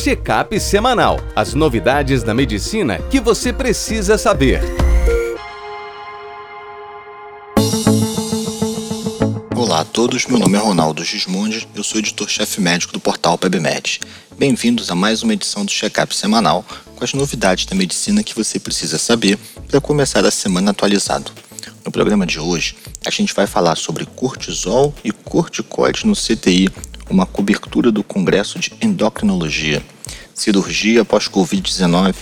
Check-up semanal. As novidades da medicina que você precisa saber. Olá a todos, meu nome é Ronaldo Gismondi, eu sou editor-chefe médico do portal PebMed. Bem-vindos a mais uma edição do Check-up semanal com as novidades da medicina que você precisa saber para começar a semana atualizado. No programa de hoje, a gente vai falar sobre cortisol e corticoide no CTI, uma cobertura do Congresso de Endocrinologia, cirurgia pós-Covid-19,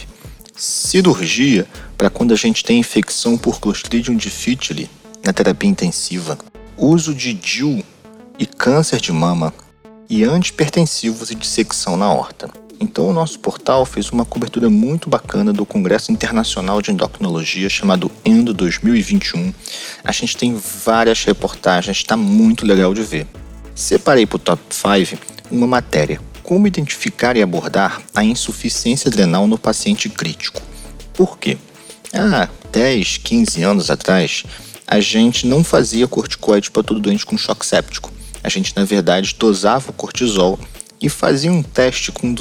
cirurgia para quando a gente tem infecção por Clostridium difficile na terapia intensiva, uso de DIU e câncer de mama e antipertensivos e dissecção na aorta. Então o nosso portal fez uma cobertura muito bacana do Congresso Internacional de Endocrinologia chamado ENDO 2021. A gente tem várias reportagens, está muito legal de ver. Separei para o Top 5 uma matéria: como identificar e abordar a insuficiência adrenal no paciente crítico. Por quê? Há 10, 15 anos atrás, a gente não fazia corticoide para todo doente com choque séptico. A gente, na verdade, dosava o cortisol e fazia um teste com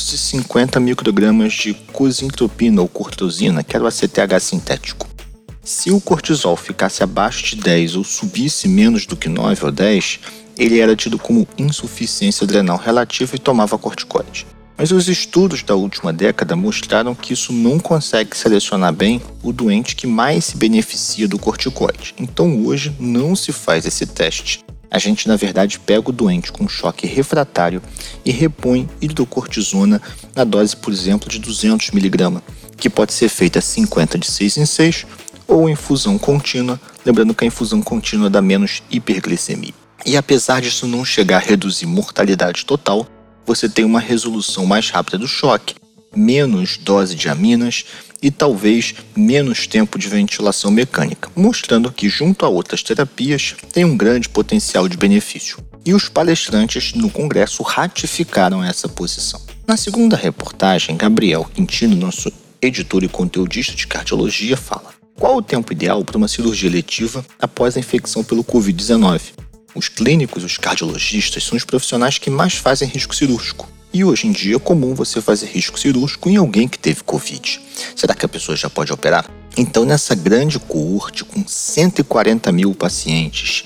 250 microgramas de cosintropina ou cortisona, que era o ACTH sintético. Se o cortisol ficasse abaixo de 10 ou subisse menos do que 9 ou 10, ele era tido como insuficiência adrenal relativa e tomava corticoide. Mas os estudos da última década mostraram que isso não consegue selecionar bem o doente que mais se beneficia do corticoide. Então hoje não se faz esse teste. A gente, na verdade, pega o doente com choque refratário e repõe hidrocortisona na dose, por exemplo, de 200 mg, que pode ser feita 50 de 6 em 6 ou infusão contínua, lembrando que a infusão contínua dá menos hiperglicemia. E apesar disso não chegar a reduzir mortalidade total, você tem uma resolução mais rápida do choque, menos dose de aminas e talvez menos tempo de ventilação mecânica, mostrando que, junto a outras terapias, tem um grande potencial de benefício. E os palestrantes no congresso ratificaram essa posição. Na segunda reportagem, Gabriel Quintino, nosso editor e conteudista de cardiologia, fala: qual o tempo ideal para uma cirurgia letiva após a infecção pelo Covid-19? Os clínicos, os cardiologistas, são os profissionais que mais fazem risco cirúrgico. E hoje em dia é comum você fazer risco cirúrgico em alguém que teve Covid. Será que a pessoa já pode operar? Então, nessa grande coorte com 140 mil pacientes,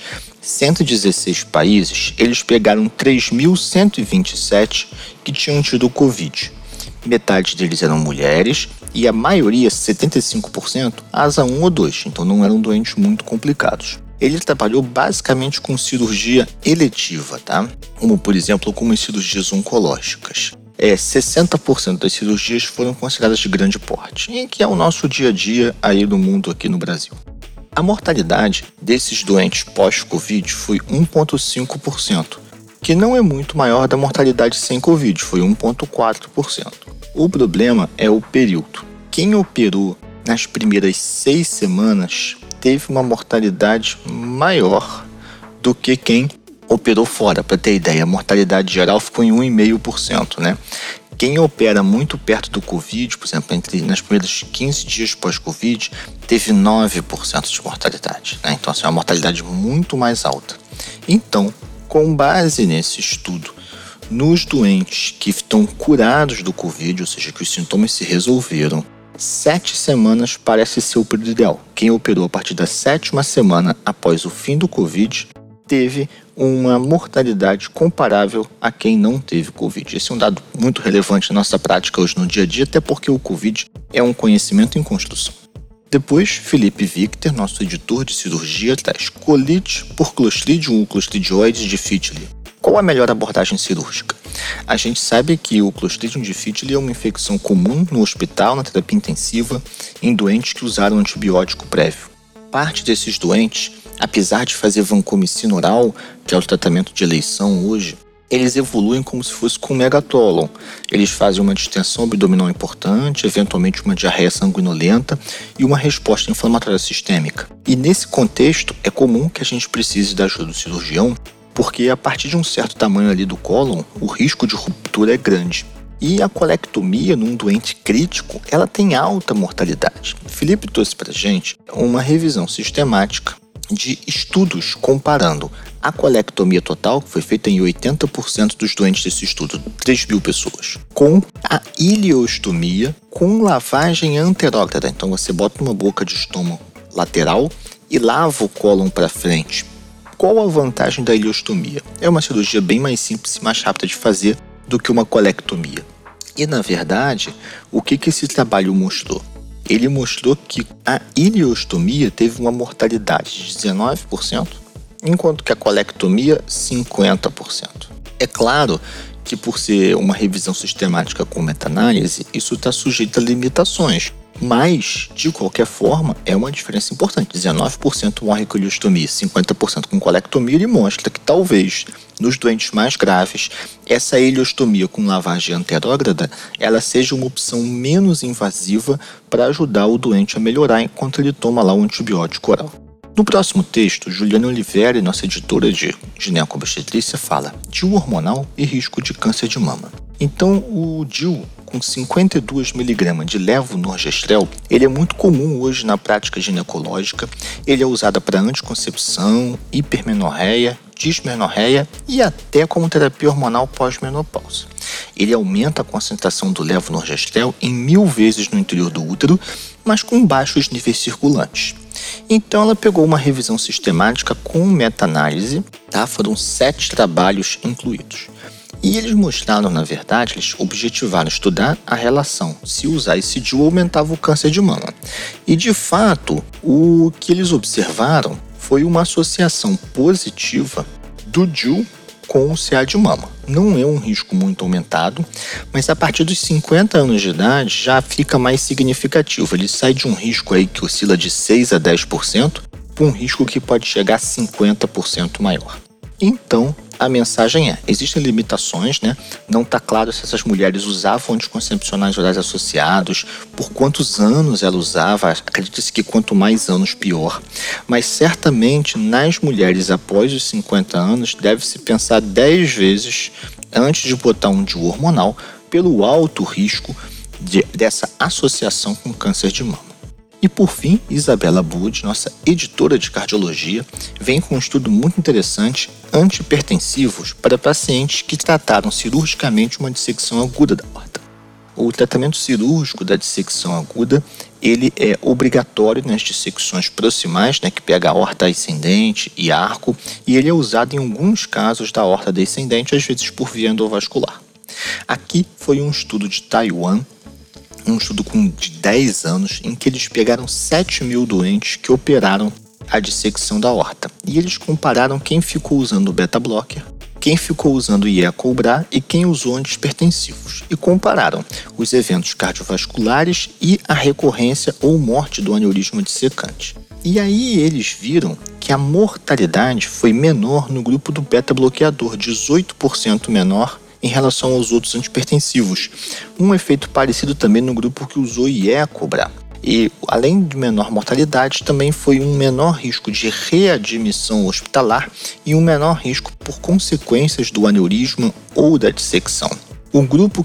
116 países, eles pegaram 3.127 que tinham tido Covid. Metade deles eram mulheres e a maioria, 75%, asa 1 ou 2, então não eram doentes muito complicados. Ele trabalhou basicamente com cirurgia eletiva, tá? Como, por exemplo, algumas cirurgias oncológicas. 60% das cirurgias foram consideradas de grande porte, e que é o nosso dia a dia aí no mundo, aqui no Brasil. A mortalidade desses doentes pós-Covid foi 1,5%, que não é muito maior da mortalidade sem Covid, foi 1,4%. O problema é o período. Quem operou nas primeiras 6 semanas teve uma mortalidade maior do que quem operou fora. Para ter ideia, a mortalidade geral ficou em 1,5%, né? Quem opera muito perto do Covid, por exemplo, nas primeiros 15 dias pós-Covid, teve 9% de mortalidade, né? Então, assim, é uma mortalidade muito mais alta. Então, com base nesse estudo, nos doentes que estão curados do Covid, ou seja, que os sintomas se resolveram, 7 semanas parece ser o período ideal. Quem operou a partir da 7ª semana após o fim do Covid teve uma mortalidade comparável a quem não teve Covid. Esse é um dado muito relevante na nossa prática hoje no dia a dia, até porque o Covid é um conhecimento em construção. Depois, Felipe Victor, nosso editor de cirurgia, traz colite por Clostridium ou Clostridioides difficile. Qual a melhor abordagem cirúrgica? A gente sabe que o Clostridium difficile é uma infecção comum no hospital, na terapia intensiva, em doentes que usaram antibiótico prévio. Parte desses doentes, apesar de fazer vancomicina oral, que é o tratamento de eleição hoje, eles evoluem como se fosse com megatolon. Eles fazem uma distensão abdominal importante, eventualmente uma diarreia sanguinolenta e uma resposta inflamatória sistêmica. E nesse contexto, é comum que a gente precise da ajuda do cirurgião, porque a partir de um certo tamanho ali do cólon, o risco de ruptura é grande. E a colectomia num doente crítico, ela tem alta mortalidade. Felipe trouxe pra gente uma revisão sistemática de estudos comparando a colectomia total, que foi feita em 80% dos doentes desse estudo, 3.000 pessoas, com a ileostomia com lavagem anterógrada. Então você bota uma boca de estômago lateral e lava o cólon para frente. Qual a vantagem da ileostomia? É uma cirurgia bem mais simples e mais rápida de fazer do que uma colectomia. E na verdade, o que esse trabalho mostrou? Ele mostrou que a ileostomia teve uma mortalidade de 19%, enquanto que a colectomia, 50%. É claro que por ser uma revisão sistemática com meta-análise, isso está sujeito a limitações. Mas, de qualquer forma, é uma diferença importante. 19% morre com ileostomia, 50% com colectomia. Ele mostra que talvez, nos doentes mais graves, essa ileostomia com lavagem anterógrada, ela seja uma opção menos invasiva para ajudar o doente a melhorar enquanto ele toma lá o antibiótico oral. No próximo texto, Juliana Oliveira, nossa editora de ginecobstetrícia, fala DIU hormonal e risco de câncer de mama. Então, o DIU com 52 mg de levonorgestrel, ele é muito comum hoje na prática ginecológica. Ele é usado para anticoncepção, hipermenorreia, dismenorreia e até como terapia hormonal pós-menopausa. Ele aumenta a concentração do levonorgestrel em 1000 vezes no interior do útero, mas com baixos níveis circulantes. Então ela pegou uma revisão sistemática com meta-análise, Foram 7 trabalhos incluídos. E eles mostraram, na verdade, eles objetivaram estudar a relação, se usar esse DIU aumentava o câncer de mama. E de fato, o que eles observaram foi uma associação positiva do DIU com o CA de mama. Não é um risco muito aumentado, mas a partir dos 50 anos de idade já fica mais significativo. Ele sai de um risco aí que oscila de 6 a 10% para um risco que pode chegar a 50% maior. Então, a mensagem é, existem limitações, Não está claro se essas mulheres usavam anticoncepcionais orais associados, por quantos anos ela usava, acredita-se que quanto mais anos pior. Mas certamente nas mulheres após os 50 anos deve-se pensar 10 vezes antes de botar um DIU hormonal pelo alto risco dessa associação com câncer de mama. E por fim, Isabela Bud, nossa editora de cardiologia, vem com um estudo muito interessante, antihipertensivos para pacientes que trataram cirurgicamente uma dissecção aguda da aorta. O tratamento cirúrgico da dissecção aguda, ele é obrigatório nas dissecções proximais, que pega a aorta ascendente e arco, e ele é usado em alguns casos da aorta descendente, às vezes por via endovascular. Aqui foi um estudo de Taiwan, um estudo de 10 anos, em que eles pegaram 7.000 doentes que operaram a dissecção da aorta. E eles compararam quem ficou usando o beta-blocker, quem ficou usando o IE-Cobra e quem usou antihipertensivos. E compararam os eventos cardiovasculares e a recorrência ou morte do aneurisma dissecante. E aí eles viram que a mortalidade foi menor no grupo do beta-bloqueador, 18% menor em relação aos outros antihipertensivos. Um efeito parecido também no grupo que usou IE-Cobra. E, além de menor mortalidade, também foi um menor risco de readmissão hospitalar e um menor risco por consequências do aneurisma ou da dissecção. O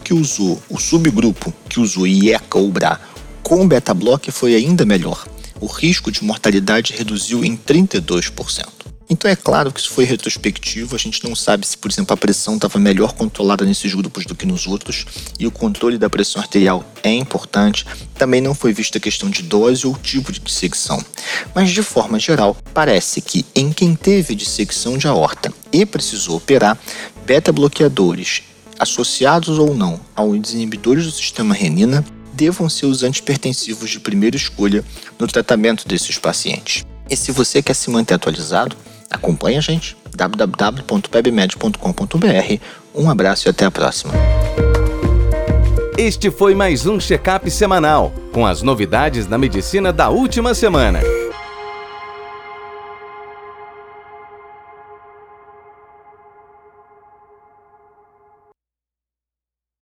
subgrupo que usou IE-Cobra com beta-blocker foi ainda melhor. O risco de mortalidade reduziu em 32%. Então é claro que isso foi retrospectivo, a gente não sabe se, por exemplo, a pressão estava melhor controlada nesses grupos do que nos outros, e o controle da pressão arterial é importante. Também não foi vista a questão de dose ou tipo de dissecção. Mas, de forma geral, parece que em quem teve dissecção de aorta e precisou operar, beta-bloqueadores, associados ou não aos inibidores do sistema renina, devam ser os antihipertensivos de primeira escolha no tratamento desses pacientes. E se você quer se manter atualizado, acompanhe a gente, www.pebmed.com.br. Um abraço e até a próxima. Este foi mais um check-up semanal, com as novidades da medicina da última semana.